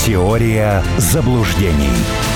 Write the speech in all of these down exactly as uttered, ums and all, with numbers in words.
Теория заблуждений.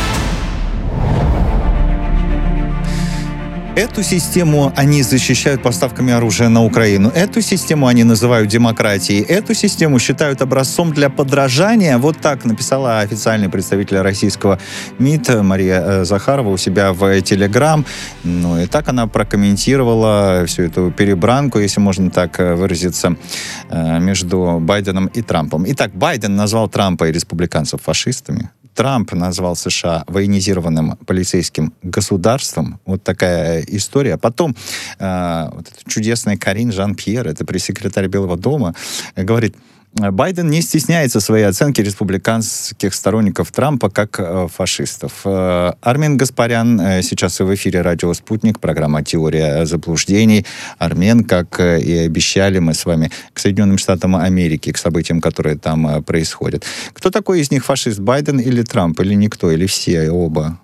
Эту систему они защищают поставками оружия на Украину. Эту систему они называют демократией. Эту систему считают образцом для подражания. Вот так написала официальный представитель российского МИД Мария Захарова у себя в Телеграм. Ну и так она прокомментировала всю эту перебранку, если можно так выразиться, между Байденом и Трампом. Итак, Байден назвал Трампа и республиканцев фашистами. Трамп назвал США военизированным полицейским государством. Вот такая история. Потом э, вот эта чудесная Карин Жан-Пьер, это пресс-секретарь Белого дома, говорит, Байден не стесняется своей оценки республиканских сторонников Трампа как э, фашистов. Э, Армен Гаспарян э, сейчас в эфире радио «Спутник», программа «Теория заблуждений». Армен, как э, и обещали мы с вами, к Соединенным Штатам Америки, к событиям, которые там э, происходят. Кто такой из них фашист, Байден или Трамп, или никто, или все, оба?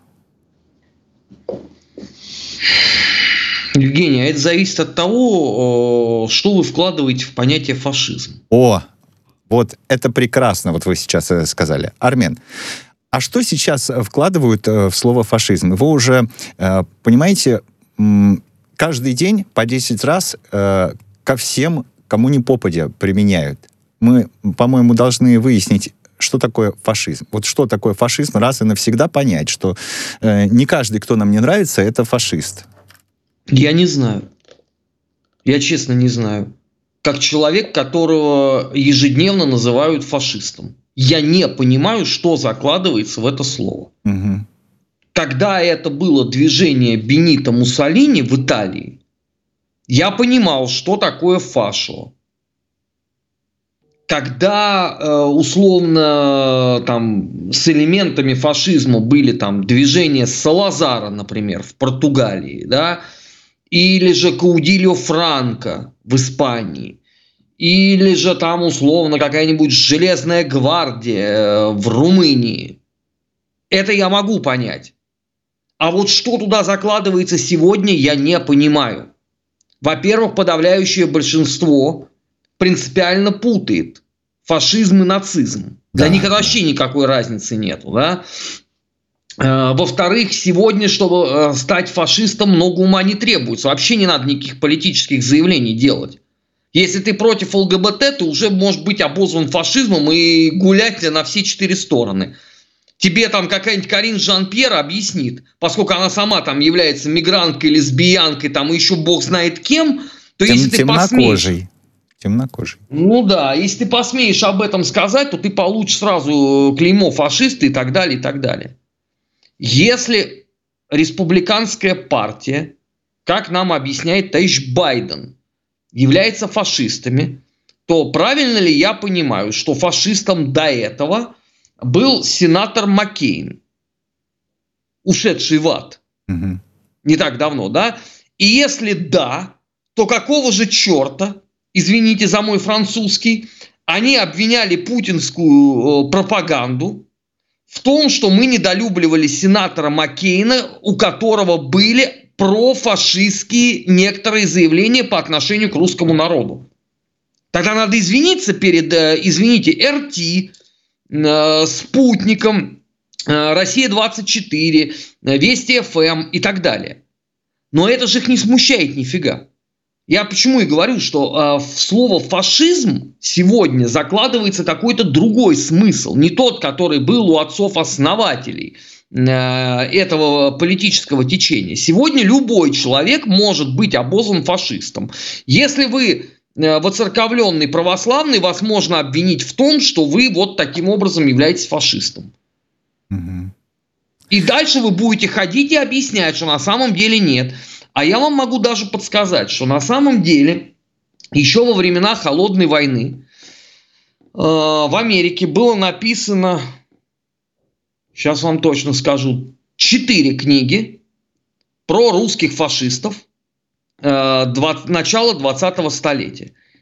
Евгений, а это зависит от того, что вы вкладываете в понятие фашизм. О! Вот это прекрасно, вот вы сейчас сказали. Армен, а что сейчас вкладывают в слово фашизм? Его уже, понимаете, каждый день по десять раз ко всем, кому ни попадя, применяют. Мы, по-моему, должны выяснить, что такое фашизм. Вот что такое фашизм, раз и навсегда понять, что не каждый, кто нам не нравится, это фашист. Я не знаю. Я честно не знаю. Как человек, которого ежедневно называют фашистом. Я не понимаю, что закладывается в это слово. Угу. Когда это было движение Бенито Муссолини в Италии, я понимал, что такое фашо. Когда условно там, с элементами фашизма были там, движения Салазара, например, в Португалии, да, или же Каудильо Франко в Испании, или же там условно какая-нибудь Железная гвардия в Румынии. Это я могу понять. А вот что туда закладывается сегодня, я не понимаю. Во-первых, подавляющее большинство принципиально путает фашизм и нацизм. Да. Для них вообще никакой разницы нету, да? Во-вторых, сегодня, чтобы стать фашистом, много ума не требуется. Вообще не надо никаких политических заявлений делать. Если ты против ЛГБТ, ты уже можешь быть обозван фашизмом и гулять на все четыре стороны. Тебе там какая-нибудь Карин Жан-Пьер объяснит, поскольку она сама там является мигранткой, лесбиянкой, там еще бог знает кем, то Тем, если ты посмеешь... Темнокожий. Ну да, если ты посмеешь об этом сказать, то ты получишь сразу клеймо фашиста и так далее, и так далее. Если республиканская партия, как нам объясняет товарищ Байден, является фашистами, то правильно ли я понимаю, что фашистом до этого был сенатор Маккейн, ушедший в ад, угу. не так давно, да? И если да, то какого же черта, извините за мой французский, они обвиняли путинскую пропаганду в том, что мы недолюбливали сенатора Маккейна, у которого были профашистские некоторые заявления по отношению к русскому народу. Тогда надо извиниться перед, извините, эр тэ, Спутником, Россия двадцать четыре, Вести эф эм и так далее. Но это же их не смущает нифига. Я почему и говорю, что э, в слово фашизм сегодня закладывается какой-то другой смысл, не тот, который был у отцов-основателей э, этого политического течения. Сегодня любой человек может быть обозван фашистом. Если вы э, воцерковленный православный, вас можно обвинить в том, что вы вот таким образом являетесь фашистом. Угу. И дальше вы будете ходить и объяснять, что на самом деле нет. А я вам могу даже подсказать, что на самом деле еще во времена Холодной войны э, в Америке было написано, сейчас вам точно скажу, четыре книги про русских фашистов э, два, начала двадцатого столетия.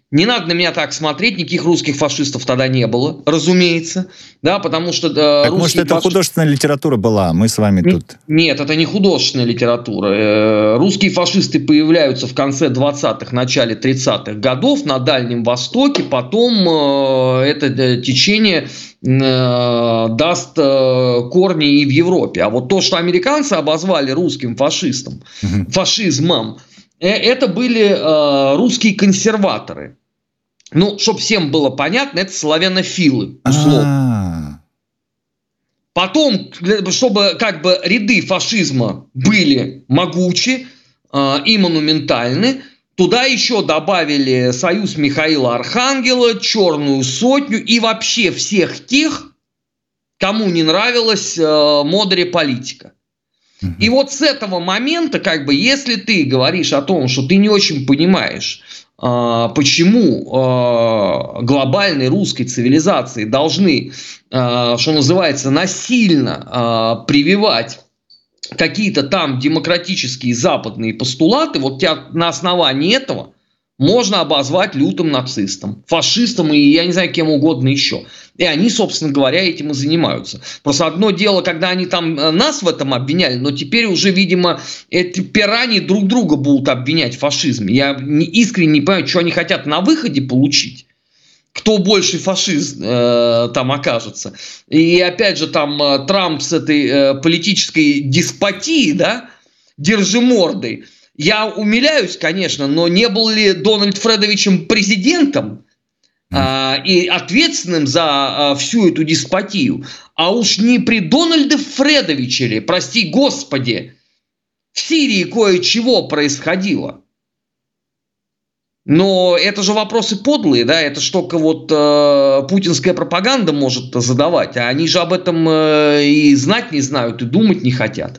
Не надо на меня так смотреть, никаких русских фашистов тогда не было, разумеется, да, потому что... Э, так, может, это фаши... художественная литература была, мы с вами не, тут... Нет, это не художественная литература. Э, русские фашисты появляются в конце двадцатых, начале тридцатых годов на Дальнем Востоке, потом э, это э, течение э, даст э, корни и в Европе. А вот то, что американцы обозвали русским фашистом, угу. фашизмом, это были э, русские консерваторы. Ну, чтобы всем было понятно, это славянофилы, условно. А-а-а. Потом, чтобы как бы ряды фашизма были могучи э, и монументальны, туда еще добавили Союз Михаила Архангела, Черную сотню и вообще всех тех, кому не нравилась э, мода политика. И вот с этого момента, как бы, если ты говоришь о том, что ты не очень понимаешь, э, почему э, глобальной русской цивилизации должны, э, что называется, насильно э, прививать какие-то там демократические западные постулаты, вот тебя на основании этого можно обозвать лютым нацистом, фашистом и, я не знаю, кем угодно еще. И они, собственно говоря, этим и занимаются. Просто одно дело, когда они там нас в этом обвиняли, но теперь уже, видимо, эти пираньи друг друга будут обвинять в фашизме. Я искренне не понимаю, что они хотят на выходе получить. Кто больше фашист э, там окажется. И опять же, там Трамп с этой э, политической деспотией, да, держимордой. Я умиляюсь, конечно, но не был ли Дональд Фредовичем президентом а, и ответственным за а, всю эту деспотию? А уж не при Дональде Фредовиче ли, прости господи, в Сирии кое-чего происходило. Но это же вопросы подлые, да, это ж только вот э, путинская пропаганда может задавать, а они же об этом э, и знать не знают, и думать не хотят.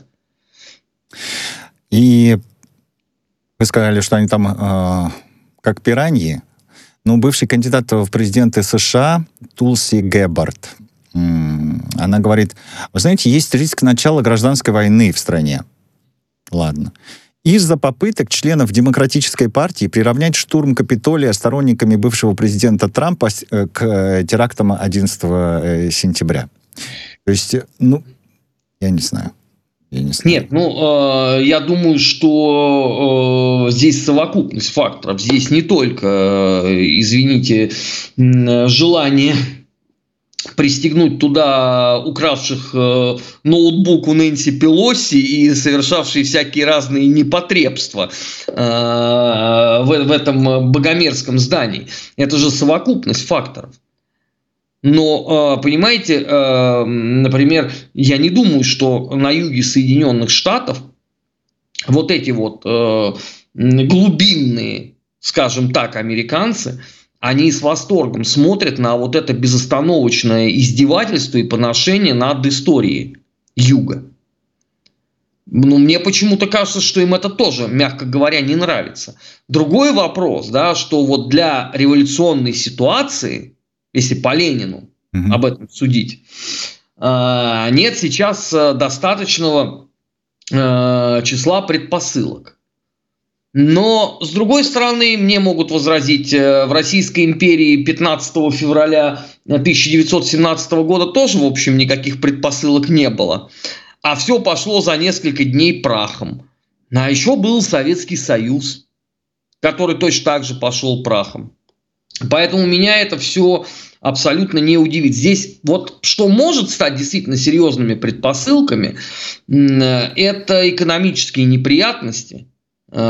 И вы сказали, что они там э, как пираньи. Ну, бывший кандидат в президенты США Тулси Геббард, э, она говорит, вы знаете, есть риск начала гражданской войны в стране. Ладно. Из-за попыток членов Демократической партии приравнять штурм Капитолия сторонниками бывшего президента Трампа к терактам одиннадцатого сентября. То есть, ну, я не знаю. Я не знаю. Нет, ну, э, я думаю, что э, здесь совокупность факторов. Здесь не только, э, извините, э, желание пристегнуть туда укравших э, ноутбук у Нэнси Пелоси и совершавшие всякие разные непотребства э, в, в этом богомерзком здании. Это же совокупность факторов. Но, понимаете, например, я не думаю, что на юге Соединенных Штатов вот эти вот глубинные, скажем так, американцы, они с восторгом смотрят на вот это безостановочное издевательство и поношение над историей юга. Ну, мне почему-то кажется, что им это тоже, мягко говоря, не нравится. Другой вопрос, да, что вот для революционной ситуации, если по Ленину mm-hmm. об этом судить, нет сейчас достаточного числа предпосылок. Но, с другой стороны, мне могут возразить, в Российской империи пятнадцатого февраля тысяча девятьсот семнадцатого года тоже, в общем, никаких предпосылок не было. А все пошло за несколько дней прахом. А еще был Советский Союз, который точно так же пошел прахом. Поэтому меня это все абсолютно не удивит. Здесь вот что может стать действительно серьезными предпосылками, это экономические неприятности в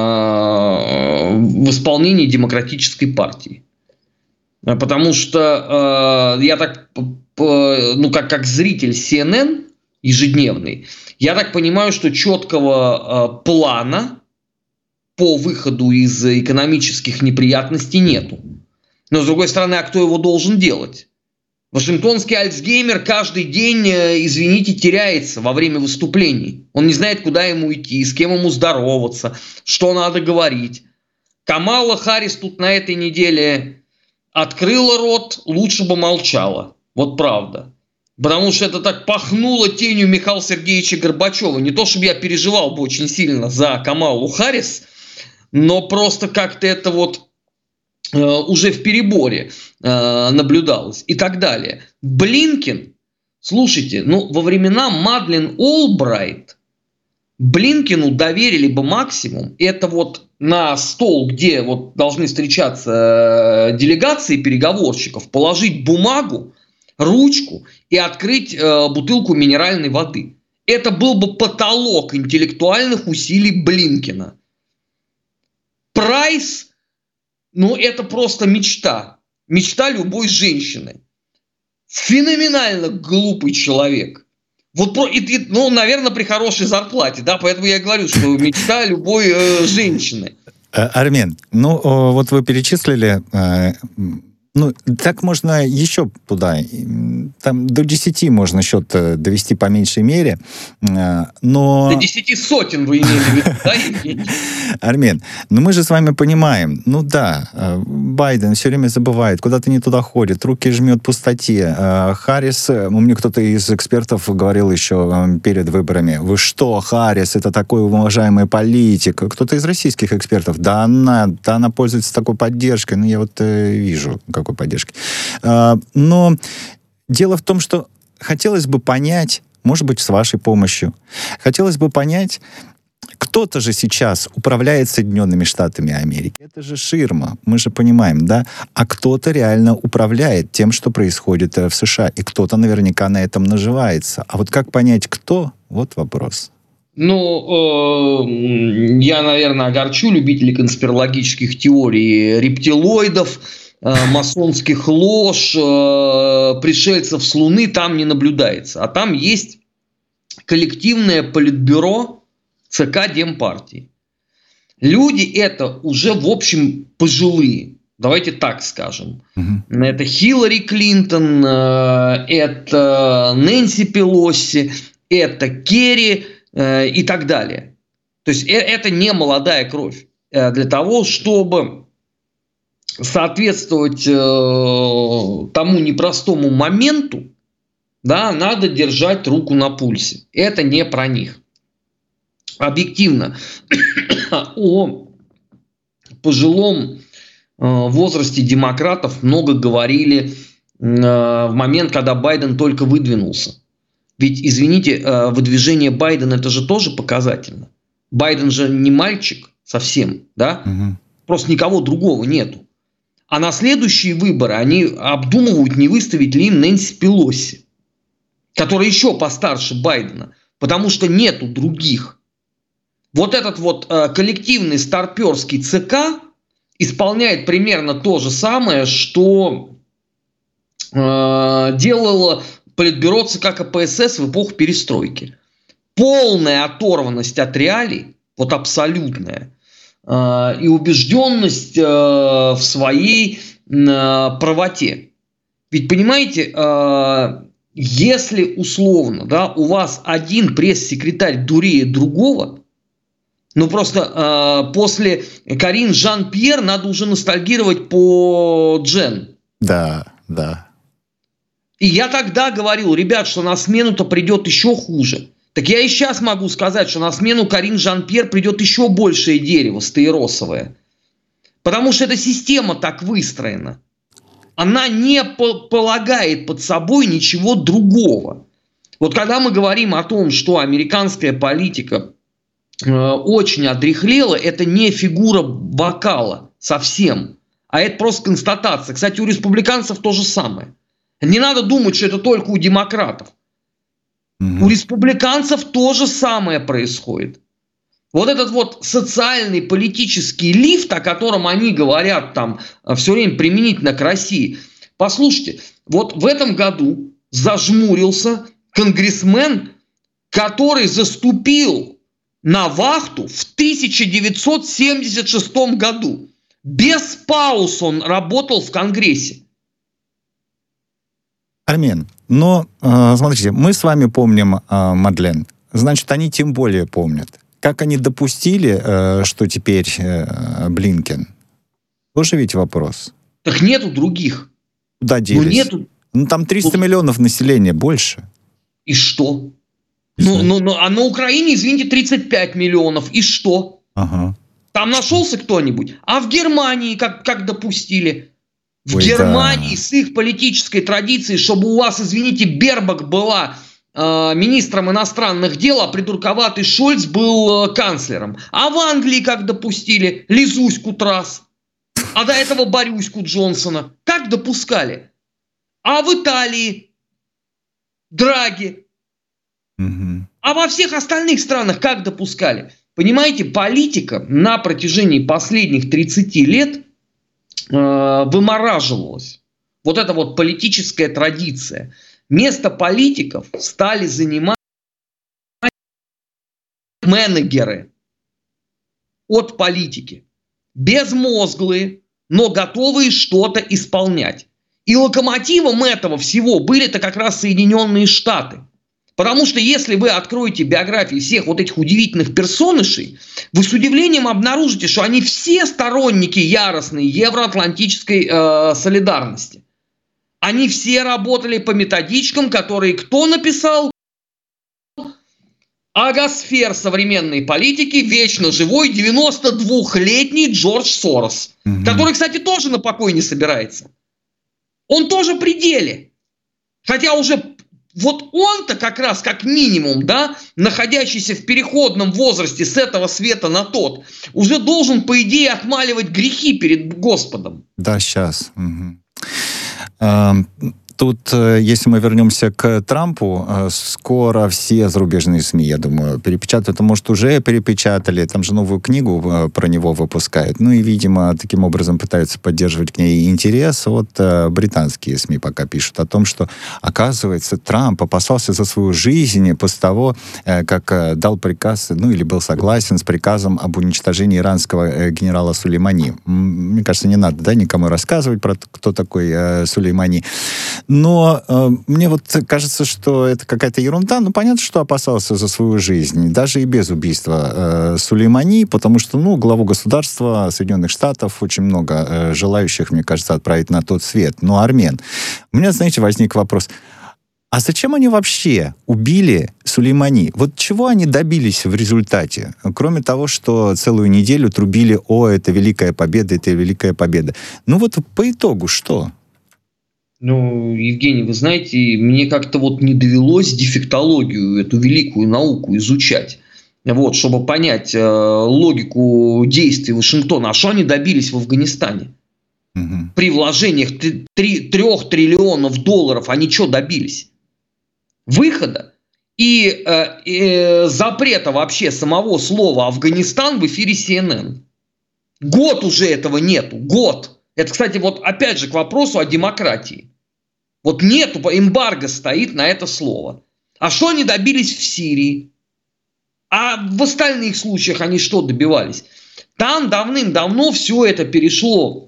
исполнении Демократической партии. Потому что я так, ну как, как зритель си эн эн ежедневный, я так понимаю, что четкого плана по выходу из экономических неприятностей нету. Но, с другой стороны, а кто его должен делать? Вашингтонский альцгеймер каждый день, извините, теряется во время выступлений. Он не знает, куда ему идти, с кем ему здороваться, что надо говорить. Камала Харрис тут на этой неделе открыла рот, лучше бы молчала. Вот правда. Потому что это так пахнуло тенью Михаила Сергеевича Горбачева. Не то, чтобы я переживал бы очень сильно за Камалу Харрис, но просто как-то это вот э, уже в переборе э, наблюдалось и так далее. Блинкен, слушайте, ну, во времена Мадлен Олбрайт Блинкену доверили бы максимум, это вот на стол, где вот должны встречаться делегации переговорщиков, положить бумагу, ручку и открыть э, бутылку минеральной воды. Это был бы потолок интеллектуальных усилий Блинкена. Прайс, ну это просто мечта. Мечта любой женщины. Феноменально глупый человек. Вот, и, и, ну, наверное, при хорошей зарплате, да, поэтому я и говорю, что мечта любой э, женщины. Армен, ну, вот вы перечислили, э, ну, так можно еще туда, там до десяти можно счет довести по меньшей мере, э, но... До десяти сотен вы имели в виду, да, Евгений? Армен, ну мы же с вами понимаем, ну да, Байден все время забывает, куда-то не туда ходит, руки жмет в пустоте. Харрис, у меня кто-то из экспертов говорил еще перед выборами, вы что, Харрис, это такой уважаемый политик. Кто-то из российских экспертов, да она, да она пользуется такой поддержкой, ну я вот э, вижу, какой поддержкой. А, но дело в том, что хотелось бы понять, может быть, с вашей помощью, хотелось бы понять, кто-то же сейчас управляет Соединенными Штатами Америки. Это же ширма, мы же понимаем, да? А кто-то реально управляет тем, что происходит в США. И кто-то наверняка на этом наживается. А вот как понять, кто? Вот вопрос. Ну, э, я, наверное, огорчу любителей конспирологических теорий, рептилоидов, э, масонских лож, э, пришельцев с Луны там не наблюдается. А там есть коллективное политбюро ЦК Демпартии. Люди это уже, в общем, пожилые. Давайте так скажем. Угу. Это Хиллари Клинтон, это Нэнси Пелоси, это Керри и так далее. То есть это не молодая кровь. Для того, чтобы соответствовать тому непростому моменту, да, надо держать руку на пульсе. Это не про них. Объективно, о пожилом возрасте демократов много говорили в момент, когда Байден только выдвинулся. Ведь, извините, выдвижение Байдена это же тоже показательно. Байден же не мальчик совсем, да? Угу. Просто никого другого нету. А на следующие выборы они обдумывают, не выставить ли им Нэнси Пелоси, которая еще постарше Байдена, потому что нету других. Вот этот вот э, коллективный старперский ЦК исполняет примерно то же самое, что э, делало политбюро ЦК КПСС в эпоху перестройки. Полная оторванность от реалий, вот абсолютная, э, и убежденность э, в своей э, правоте. Ведь, понимаете, э, если условно, да, у вас один пресс-секретарь дурее другого, ну, просто э, после Карин Жан-Пьер надо уже ностальгировать по Джен. Да, да. И я тогда говорил, ребят, что на смену-то придет еще хуже. Так я и сейчас могу сказать, что на смену Карин Жан-Пьер придет еще большее дерево стаиросовое. Потому что эта система так выстроена. Она не по- полагает под собой ничего другого. Вот когда мы говорим о том, что американская политика очень одряхлела, это не фигура вокала совсем, а это просто констатация. Кстати, у республиканцев то же самое. Не надо думать, что это только у демократов. Mm-hmm. У республиканцев то же самое происходит. Вот этот вот социальный политический лифт, о котором они говорят там все время применительно к России. Послушайте, вот в этом году зажмурился конгрессмен, который заступил на вахту в тысяча девятьсот семьдесят шестом году. Без пауз он работал в Конгрессе. Армен, но, э, смотрите, мы с вами помним э, Мадлен. Значит, они тем более помнят. Как они допустили, э, что теперь э, Блинкен? Тоже ведь вопрос. Так нету других. Куда делись? Ну, нету... ну там триста ну... миллионов населения, больше. И что? Ну, ну, ну, а на Украине, извините, тридцать пять миллионов. И что? Ага. Там Там нашелся кто-нибудь? А в Германии как, как допустили? В Ой, Германии да. с их политической традицией, чтобы у вас, извините, Бербак была э, министром иностранных дел, а придурковатый Шольц был э, канцлером. А в Англии как допустили? Лизуську Трасс. А до этого Борюську Джонсона. Как допускали? А в Италии Драги. Мгм. А во всех остальных странах как допускали? Понимаете, политика на протяжении последних тридцати лет э, вымораживалась. Вот эта вот политическая традиция. Место политиков стали занимать менеджеры от политики. Безмозглые, но готовые что-то исполнять. И локомотивом этого всего были-то как раз Соединенные Штаты. Потому что если вы откроете биографии всех вот этих удивительных персонышей, вы с удивлением обнаружите, что они все сторонники яростной евроатлантической э, солидарности. Они все работали по методичкам, которые кто написал? Агосфер современной политики, вечно живой девяносто двухлетний Джордж Сорос, Мгм. который, кстати, тоже на покой не собирается. Он тоже при деле. Хотя уже вот он-то как раз, как минимум, да, находящийся в переходном возрасте с этого света на тот, уже должен, по идее, отмаливать грехи перед Господом. Да, сейчас. Тут, э, если мы вернемся к Трампу, э, скоро все зарубежные СМИ, я думаю, перепечатают. Это, может, уже перепечатали. Там же новую книгу э, про него выпускают. Ну и, видимо, таким образом пытаются поддерживать к ней интерес. Вот э, британские СМИ пока пишут о том, что, оказывается, Трамп опасался за свою жизнь после того, э, как э, дал приказ, ну или был согласен с приказом об уничтожении иранского э, генерала Сулеймани. М, Мне кажется, не надо, да, никому рассказывать про т- кто такой э, Сулеймани. Но э, мне вот кажется, что это какая-то ерунда. Ну, понятно, что опасался за свою жизнь, даже и без убийства э, Сулеймани, потому что, ну, главу государства Соединенных Штатов очень много э, желающих, мне кажется, отправить на тот свет. Но армян. У меня, знаете, возник вопрос. А зачем они вообще убили Сулеймани? Вот чего они добились в результате? Кроме того, что целую неделю трубили: «О, это великая победа, это великая победа». Ну вот по итогу что? Ну, Евгений, вы знаете, мне как-то вот не довелось дефектологию, эту великую науку изучать, вот, чтобы понять э, логику действий Вашингтона. А что они добились в Афганистане? Мгм. При вложениях трех триллионов долларов они что добились? Выхода и э, э, запрета вообще самого слова «Афганистан» в эфире си эн эн. Год уже этого нету. Год. Это, кстати, вот опять же к вопросу о демократии. Вот нету, эмбарго стоит на это слово. А что они добились в Сирии? А в остальных случаях они что добивались? Там давным-давно все это перешло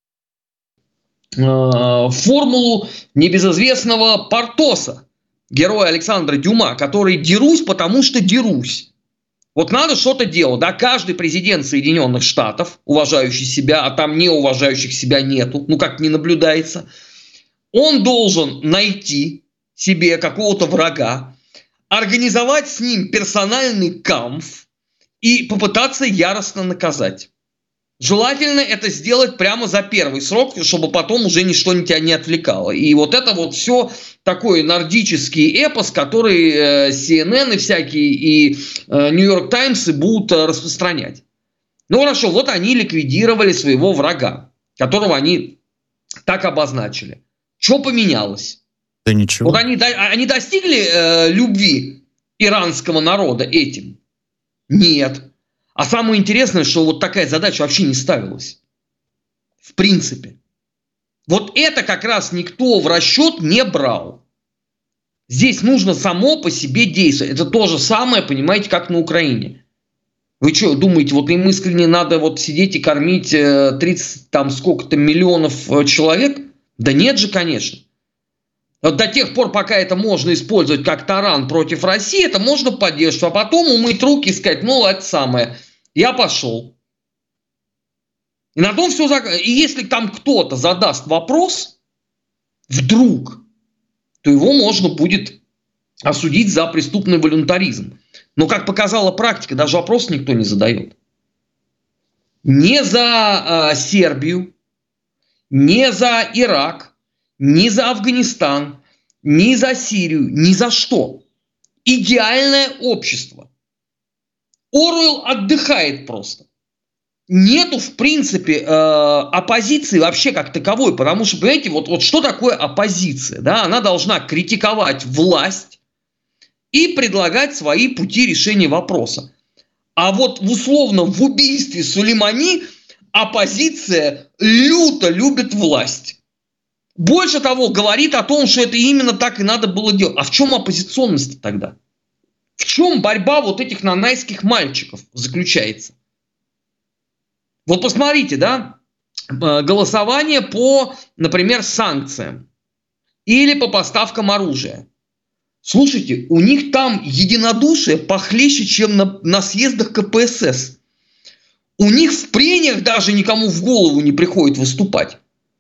э, в формулу небезызвестного Портоса, героя Александра Дюма, который «дерусь, потому что дерусь». Вот надо что-то делать. Да, каждый президент Соединенных Штатов, уважающий себя, а там не уважающих себя нету, ну как не наблюдается, он должен найти себе какого-то врага, организовать с ним персональный камф и попытаться яростно наказать. Желательно это сделать прямо за первый срок, чтобы потом уже ничто тебя не отвлекало. И вот это вот все такой нордический эпос, который э, си эн эн и всякие, и э, Нью-Йорк Таймсы будут э, распространять. Ну хорошо, вот они ликвидировали своего врага, которого они так обозначили. Что поменялось? Да ничего. Вот они, они достигли э, любви иранского народа этим? Нет. А самое интересное, что вот такая задача вообще не ставилась. В принципе. Вот это как раз никто в расчет не брал. Здесь нужно само по себе действовать. Это то же самое, понимаете, как на Украине. Вы что, думаете, вот им искренне надо вот сидеть и кормить тридцать там сколько-то миллионов человек? Да нет же, конечно. Вот до тех пор, пока это можно использовать как таран против России, это можно поддерживать. А потом умыть руки и сказать, ну, это самое, я пошел. И на том все зак... И если там кто-то задаст вопрос, вдруг, то его можно будет осудить за преступный волюнтаризм. Но, как показала практика, даже вопрос никто не задает. не за э, Сербию, не за Ирак, не за Афганистан, не за Сирию, ни за что. Идеальное общество. Оруэлл отдыхает просто. Нету, в принципе, э, оппозиции вообще как таковой, потому что, понимаете, вот, вот что такое оппозиция? Да? Она должна критиковать власть и предлагать свои пути решения вопроса. А вот в условно в убийстве Сулеймани оппозиция люто любит власть. Больше того, говорит о том, что это именно так и надо было делать. А в чем оппозиционность тогда? В чем борьба вот этих нанайских мальчиков заключается? Вот посмотрите, да, голосование по, например, санкциям или по поставкам оружия. Слушайте, у них там единодушие похлеще, чем на, на съездах ка пэ эс эс. У них в прениях даже никому в голову не приходит выступать.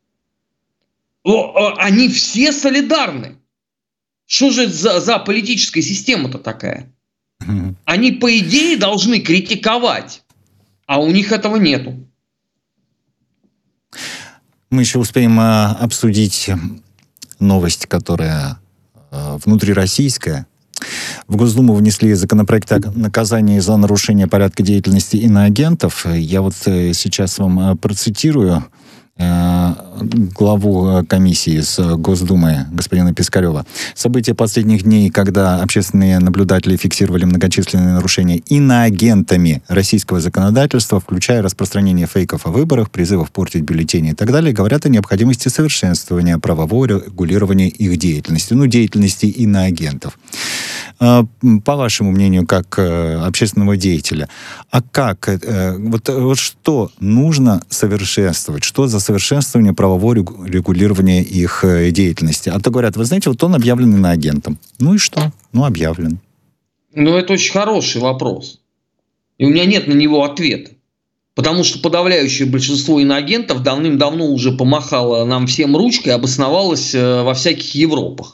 Они все солидарны. Что же за, за политическая система-то такая? Они, по идее, должны критиковать. А у них этого нету. Мы еще успеем э, обсудить новость, которая э, внутрироссийская. В Госдуму внесли законопроект о наказании за нарушение порядка деятельности иноагентов. Я вот э, сейчас вам э, процитирую э, главу комиссии с Госдумы господина Пискарева. События последних дней, когда общественные наблюдатели фиксировали многочисленные нарушения иноагентами российского законодательства, включая распространение фейков о выборах, призывов портить бюллетени и так далее, говорят о необходимости совершенствования правового регулирования их деятельности, ну, деятельности иноагентов. По вашему мнению, как общественного деятеля, а как, вот, вот что нужно совершенствовать? Что за совершенствование правового регулирования их деятельности? А то говорят, вы знаете, вот он объявлен иноагентом. Ну и что? Ну, объявлен. Ну, это очень хороший вопрос. И у меня нет на него ответа. Потому что подавляющее большинство иноагентов давным-давно уже помахало нам всем ручкой и обосновалось во всяких Европах.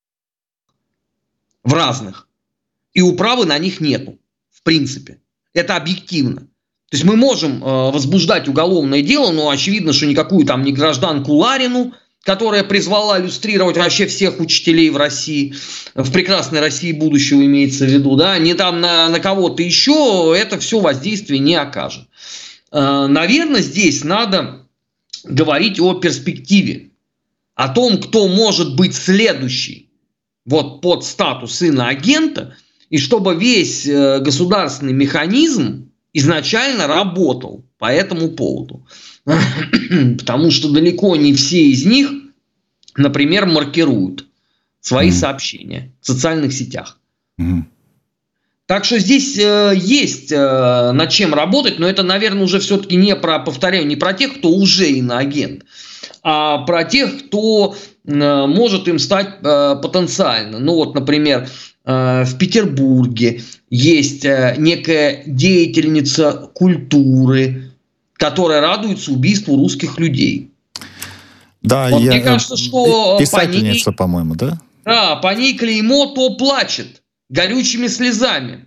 В разных. И управы на них нету. В принципе. Это объективно. То есть мы можем э, возбуждать уголовное дело, но очевидно, что никакую там не гражданку Ларину, которая призвала иллюстрировать вообще всех учителей в России, в прекрасной России будущего имеется в виду, да, не там на, на кого-то еще, это все воздействие не окажет. Э, наверное, здесь надо говорить о перспективе, о том, кто может быть следующий вот под статус иноагента, и чтобы весь э, государственный механизм изначально работал по этому поводу. Потому что далеко не все из них, например, маркируют свои mm-hmm. сообщения в социальных сетях. Mm-hmm. Так что здесь э, есть э, над чем работать, но это, наверное, уже все-таки не про, повторяю, не про тех, кто уже иноагент, а про тех, кто э, может им стать э, потенциально. Ну вот, например, э, в Петербурге есть э, некая деятельница культуры, которая радуется убийству русских людей. Да, вот я, мне кажется, что писательница, по ней, по-моему, да? Да, по ней клеймо, то плачет горючими слезами.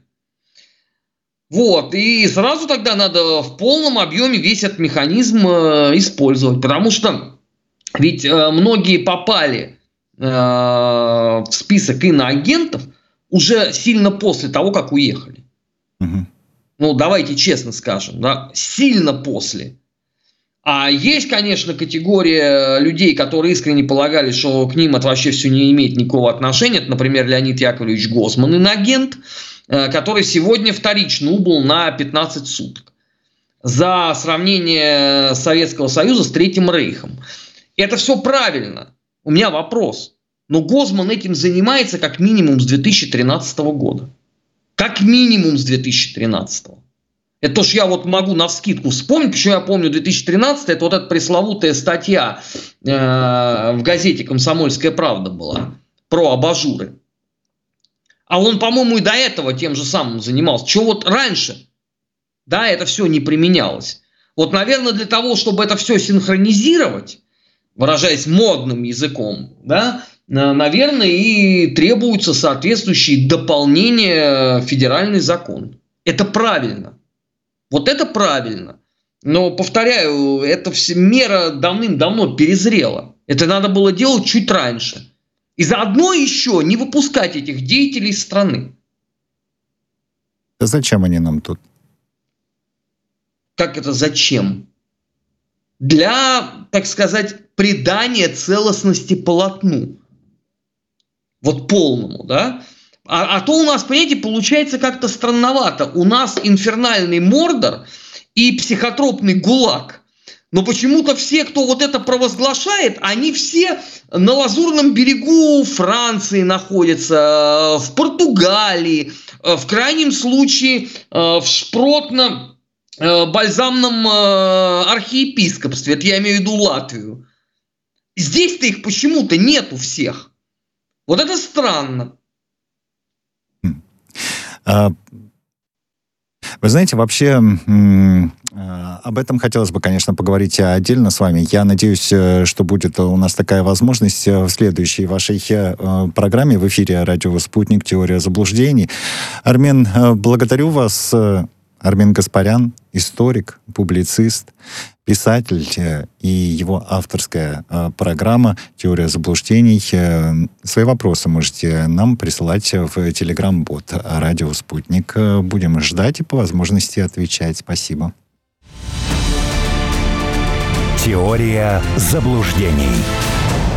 Вот, и сразу тогда надо в полном объеме весь этот механизм э, использовать, потому что ведь э, многие попали э, в список иноагентов уже сильно после того, как уехали. Угу. Ну, давайте честно скажем, да, сильно после. А есть, конечно, категория людей, которые искренне полагали, что к ним это вообще все не имеет никакого отношения. Это, например, Леонид Яковлевич Гозман, иноагент, который сегодня вторично убыл на пятнадцать суток за сравнение Советского Союза с Третьим Рейхом. Это все правильно. У меня вопрос. Но Гозман этим занимается как минимум с две тысячи тринадцатого года. Как минимум с две тысячи тринадцатого. Это то, что я вот могу навскидку вспомнить, почему я помню две тысячи тринадцатый, это вот эта пресловутая статья э, в газете «Комсомольская правда» была про абажуры. А он, по-моему, и до этого тем же самым занимался. Чего вот раньше, да, это все не применялось. Вот, наверное, для того, чтобы это все синхронизировать, выражаясь модным языком, да, наверное, и требуются соответствующие дополнения в федеральный закон. Это правильно. Вот это правильно. Но, повторяю, эта мера давным-давно перезрела. Это надо было делать чуть раньше. И заодно еще не выпускать этих деятелей из страны. Зачем они нам тут? Как это зачем? Для, так сказать, придания целостности полотну. Вот полному, да? А, а то у нас, понимаете, получается как-то странновато. У нас инфернальный Мордор и психотропный ГУЛАГ. Но почему-то все, кто вот это провозглашает, они все на Лазурном берегу Франции находятся, в Португалии, в крайнем случае в Шпротно-Бальзамном архиепископстве. Это я имею в виду Латвию. Здесь-то их почему-то нет у всех. Вот это странно. Вы знаете, вообще об этом хотелось бы, конечно, поговорить отдельно с вами. Я надеюсь, что будет у нас такая возможность в следующей вашей программе в эфире «Радио Спутник. Теория заблуждений». Армен, благодарю вас. Армен Гаспарян, историк, публицист, писатель, и его авторская программа «Теория заблуждений». Свои вопросы можете нам присылать в телеграм-бот «Радио Спутник». Будем ждать и по возможности отвечать. Спасибо. Теория заблуждений.